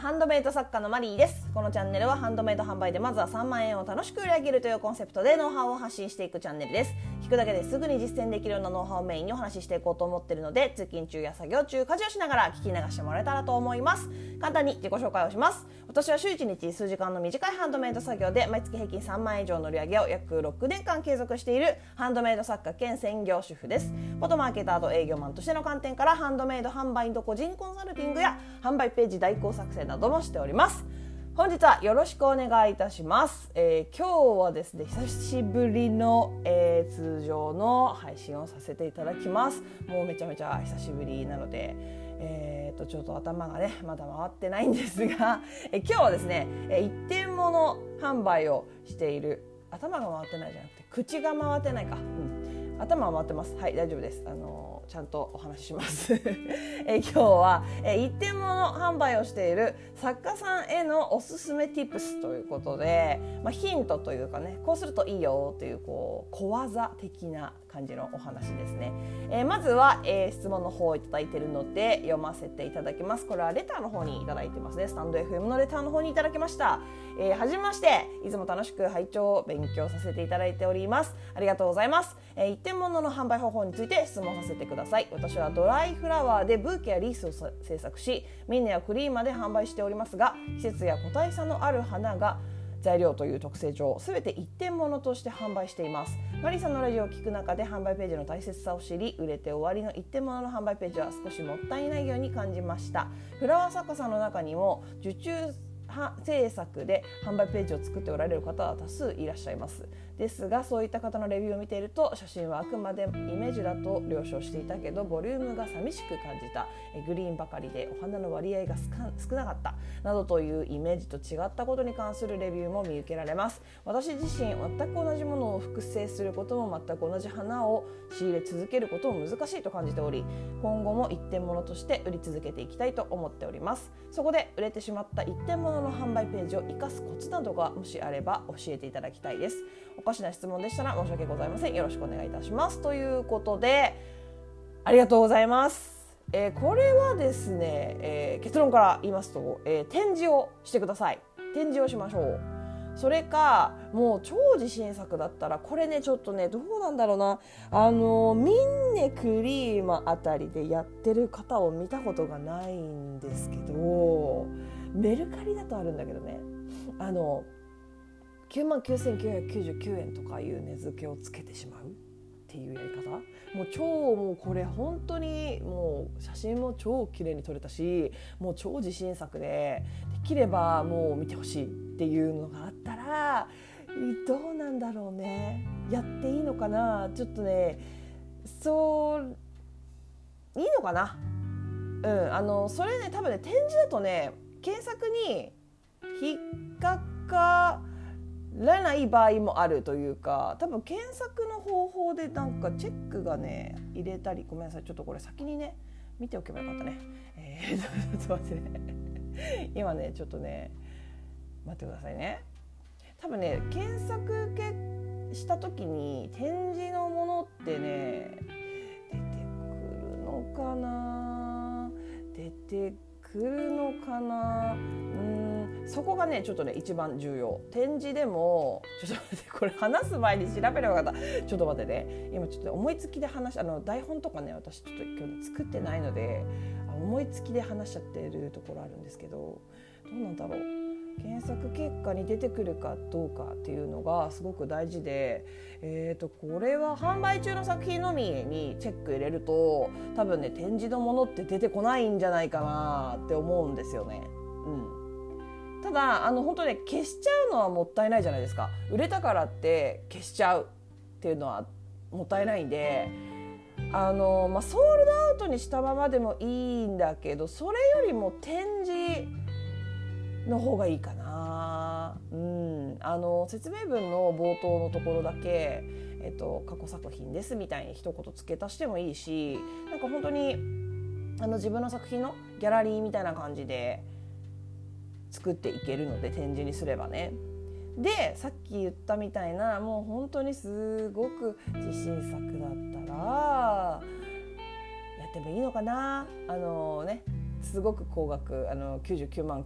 ハンドメイド作家のマリーです。このチャンネルはハンドメイド販売でまずは3万円を楽しく売り上げるというコンセプトでノウハウを発信していくチャンネルです。聞くだけですぐに実践できるようなノウハウをメインにお話ししていこうと思っているので、通勤中や作業中、家事をしながら聞き流してもらえたらと思います。簡単に自己紹介をします。私は週1日数時間の短いハンドメイド作業で毎月平均3万円以上の売り上げを約6年間継続しているハンドメイド作家兼専業主婦です。フォトマーケターと営業マンとしての観点からハンドメイド販売と個人コンサルティングや販売ページ代行作成などもしております。本日はよろしくお願いいたします。今日はですね、久しぶりの、通常の配信をさせていただきます。もうめちゃめちゃ久しぶりなので、ちょっと頭がねまだ回ってないんですが、今日はですね、一点物販売をしている、頭が回ってないじゃなくて口が回ってないか、頭は回ってます。はい、大丈夫です。ちゃんとお話しします。今日は、一点物販売をしている作家さんへのおすすめ Tips ということで、ヒントというかね、こうするといいよという小技的な感じのお話ですね。まずは、質問の方をいただいているので読ませていただきます。これはレターの方にいただいてますね。スタンド FM のレターの方にいただきました。はじめまして。いつも楽しく拝聴勉強させていただいております。ありがとうございます。一点物の販売方法について質問させてください。私はドライフラワーでブーケやリースを制作し、ミンネやクリーマで販売しておりますが、季節や個体差のある花が材料という特性上、すべて一点物として販売しています。マリーさんのラジオを聞く中で販売ページの大切さを知り、売れて終わりの一点物の販売ページは少しもったいないように感じました。フラワー作家さんの中にも受注制作で販売ページを作っておられる方は多数いらっしゃいます。ですが、そういった方のレビューを見ていると、写真はあくまでイメージだと了承していたけどボリュームが寂しく感じた、グリーンばかりでお花の割合が少なかったなどというイメージと違ったことに関するレビューも見受けられます。私自身全く同じものを複製することも全く同じ花を仕入れ続けることも難しいと感じており、今後も一点物として売り続けていきたいと思っております。そこで売れてしまった一点物の販売ページを生かすコツなどがもしあれば教えていただきたいです。おかしな質問でしたら申し訳ございません。よろしくお願いいたします。ということで、ありがとうございます。これはですね、結論から言いますと、展示をしてください。展示をしましょう。それかもう超自信作だったら、これねちょっとねどうなんだろうな、ミンネクリーマあたりでやってる方を見たことがないんですけど、メルカリだとあるんだけどね、99,999 円とかいう値付けをつけてしまうっていうやり方、もうこれ本当にもう写真も超綺麗に撮れたし、もう超自信作で、できればもう見てほしいっていうのがあったら、どうなんだろうね、やっていいのかな、ちょっとね、そういいのかな、それね多分ね、展示だとね検索に引っかからない場合もあるというか、多分検索の方法でなんかチェックがね入れたり、ごめんなさい、ちょっとこれ先にね見ておけばよかったね。ちょっと待ってね今ねちょっとね待ってくださいね。多分ね検索した時に展示のものってね出てくるのかな、そこがねちょっとね一番重要。展示でもちょっと待って、これ話す前に調べればよかった。ちょっと待ってね、今ちょっと思いつきで台本とかね私ちょっと今日作ってないので、思いつきで話しちゃってるところあるんですけど、どうなんだろう、検索結果に出てくるかどうかっていうのがすごく大事で、これは販売中の作品のみにチェック入れると多分ね展示のものって出てこないんじゃないかなって思うんですよね。ただ本当ね消しちゃうのはもったいないじゃないですか。売れたからって消しちゃうっていうのはもったいないんで、ソールドアウトにしたままでもいいんだけど、それよりも展示の方がいいかな。説明文の冒頭のところだけ、過去作品ですみたいに一言付け足してもいいし、なんか本当に自分の作品のギャラリーみたいな感じで作っていけるので、展示にすればね。でさっき言ったみたいな、もう本当にすごく自信作だったらやってもいいのかな。 すごく高額99万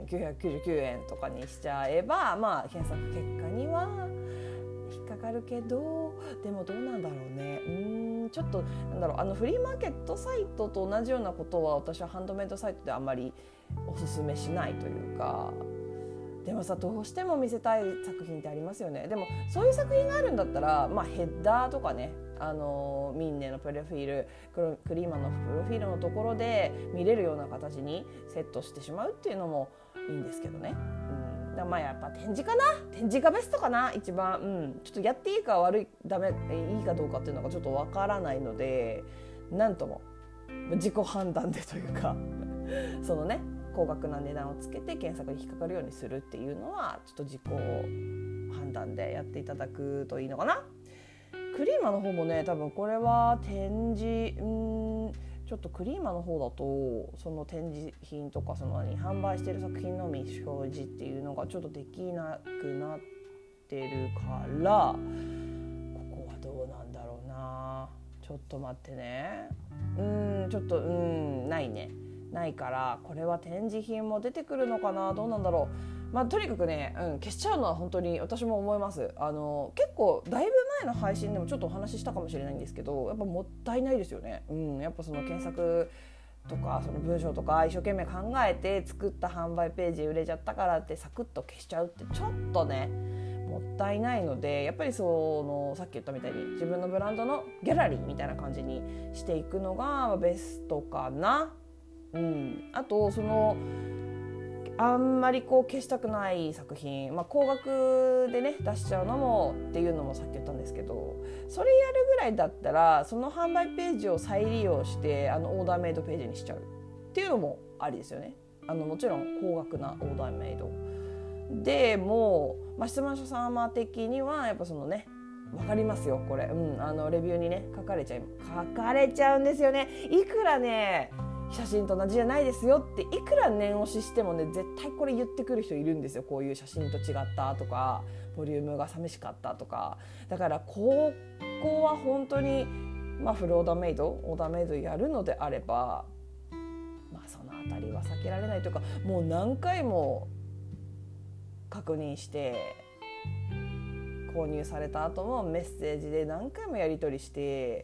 9999円とかにしちゃえば、まあ、検索結果には引っかかるけど、でもどうなんだろうね。ちょっとなんだろう、フリーマーケットサイトと同じようなことは私はハンドメイドサイトであんまりおすすめしないというか。でもさ、どうしても見せたい作品ってありますよね。でもそういう作品があるんだったら、まあ、ヘッダーとかね、ミンネのプロフィール、クリーマのプロフィールのところで見れるような形にセットしてしまうっていうのもいいんですけどね。だまあやっぱ展示かな、展示がベストかな一番、ちょっとやっていいかダメいいかどうかっていうのがちょっとわからないので、なんとも自己判断でというかそのね、高額な値段をつけて検索に引っかかるようにするっていうのはちょっと自己判断でやっていただくといいのかな。クリーマの方もね、多分これは展示ちょっとクリーマの方だとその展示品とかその販売している作品のみ表示っていうのがちょっとできなくなってるから、ここはどうなんだろうな。ちょっと待ってね、ちょっとないから、これは展示品も出てくるのかな、どうなんだろう。まあ、とにかくね、消しちゃうのは本当に私も思います。結構だいぶ前の配信でもちょっとお話ししたかもしれないんですけど、やっぱもったいないですよね。やっぱその検索とかその文章とか一生懸命考えて作った販売ページ売れちゃったからってサクッと消しちゃうってちょっとねもったいないので、やっぱりさっき言ったみたいに自分のブランドのギャラリーみたいな感じにしていくのがベストかな。あとあんまり消したくない作品、高額でね出しちゃうのもっていうのもさっき言ったんですけど、それやるぐらいだったらその販売ページを再利用してオーダーメイドページにしちゃうっていうのもありですよね。もちろん高額なオーダーメイドでも、質問者様的にはやっぱそのね、分かりますよこれ、レビューにね書かれちゃうんですよね。いくらね写真と同じじゃないですよっていくら念押ししてもね、絶対これ言ってくる人いるんですよ。こういう写真と違ったとか、ボリュームが寂しかったとか。だからここは本当に、フルオーダーメイドやるのであれば、そのあたりは避けられないというか、もう何回も確認して購入された後もメッセージで何回もやり取りして、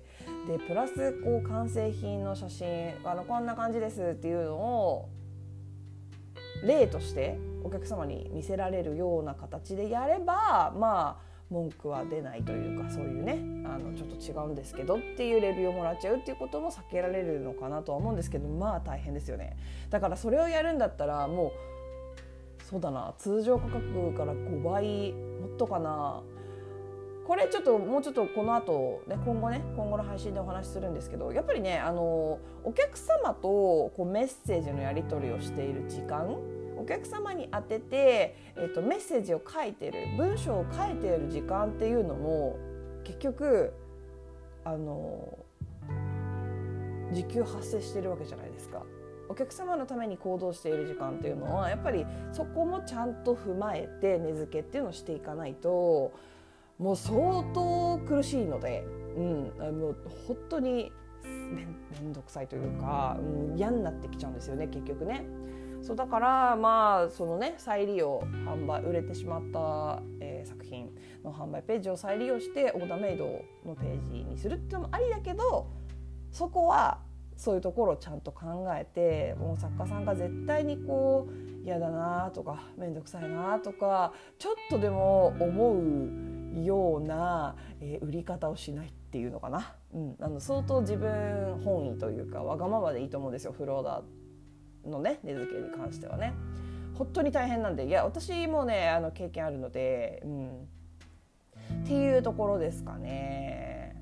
でプラス完成品の写真こんな感じですっていうのを例としてお客様に見せられるような形でやれば、文句は出ないというか、そういうねちょっと違うんですけどっていうレビューをもらっちゃうっていうことも避けられるのかなとは思うんですけど、大変ですよね。だからそれをやるんだったらもうそうだな、通常価格から5倍もっとかな。これもうちょっとこの後、今後の配信でお話しするんですけど、やっぱりねお客様とメッセージのやり取りをしている時間、お客様に当てて、メッセージを書いている、文章を書いている時間っていうのも結局時給発生しているわけじゃないですか。お客様のために行動している時間っていうのはやっぱりそこもちゃんと踏まえて値付けっていうのをしていかないともう相当苦しいので、もう本当にめんどくさいというか、嫌になってきちゃうんですよね結局ね。そうだからそのね再利用販売売れてしまった、作品の販売ページを再利用してオーダーメイドのページにするっていうのもありだけど、そこはそういうところをちゃんと考えて、もう作家さんが絶対に嫌だなとかめんどくさいなとかちょっとでも思うような、売り方をしないっていうのかな、相当自分本位というかわがままでいいと思うんですよ。フローダーのね値付けに関してはね本当に大変なんで、私もね経験あるので、っていうところですかね。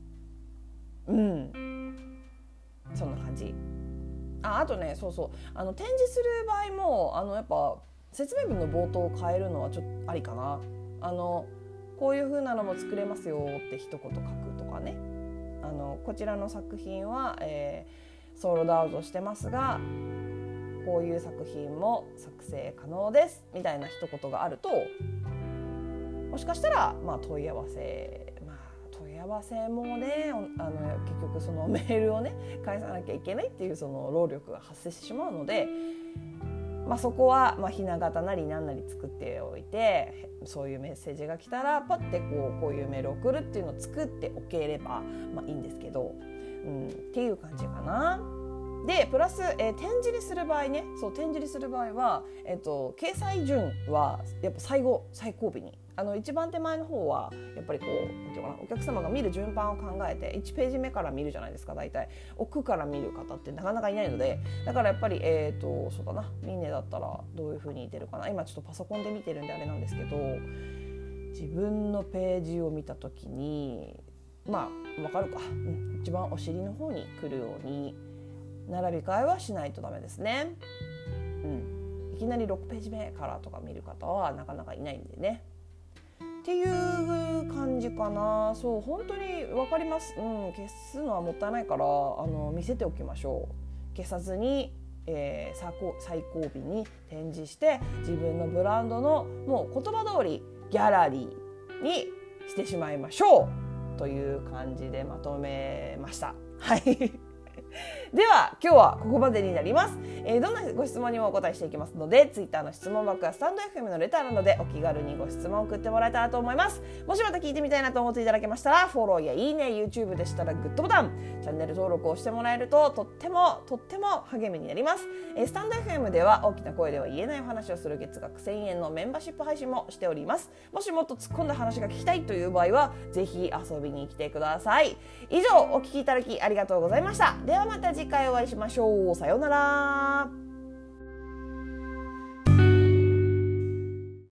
そんな感じ。あとね、展示する場合もやっぱ説明文の冒頭を変えるのはちょっとありかな。こういう風なのも作れますよって一言書くとかね。こちらの作品は、ソールドアウトしてますがこういう作品も作成可能ですみたいな一言があると、もしかしたら問い合わせやばせもね結局そのメールをね返さなきゃいけないっていうその労力が発生してしまうので、そこはひな形なり何なり作っておいて、そういうメッセージが来たらパッてこういうメールを送るっていうのを作っておければいいんですけど、っていう感じかな。でプラス、点字にする場合ね、点字にする場合は、掲載順はやっぱ最後尾に一番手前の方はやっぱりなんていうかな、お客様が見る順番を考えて1ページ目から見るじゃないですか。大体奥から見る方ってなかなかいないので、だからやっぱりそうだな、ミネだったらどういう風に出るかな。今ちょっとパソコンで見てるんであれなんですけど、自分のページを見た時に分かるか、一番お尻の方に来るように並び替えはしないとダメですね。いきなり6ページ目からとか見る方はなかなかいないんでねっていう感じかな。本当に分かります。消すのはもったいないから見せておきましょう。消さずに、最後尾に展示して自分のブランドのもう言葉通りギャラリーにしてしまいましょうという感じでまとめました。はいでは今日はここまでになります。どんなご質問にもお答えしていきますので、Twitter の質問箱やスタンド FM のレターなどでお気軽にご質問を送ってもらえたらと思います。もしまた聞いてみたいなと思っていただけましたら、フォローやいいね、 YouTube でしたらグッドボタン、チャンネル登録をしてもらえるととっても励みになります。スタンド FM では大きな声では言えないお話をする月額1000円のメンバーシップ配信もしております。もしもっと突っ込んだ話が聞きたいという場合はぜひ遊びに来てください。以上お聞きいただきありがとうございました。ではまた次回お会いしましょう。さようなら。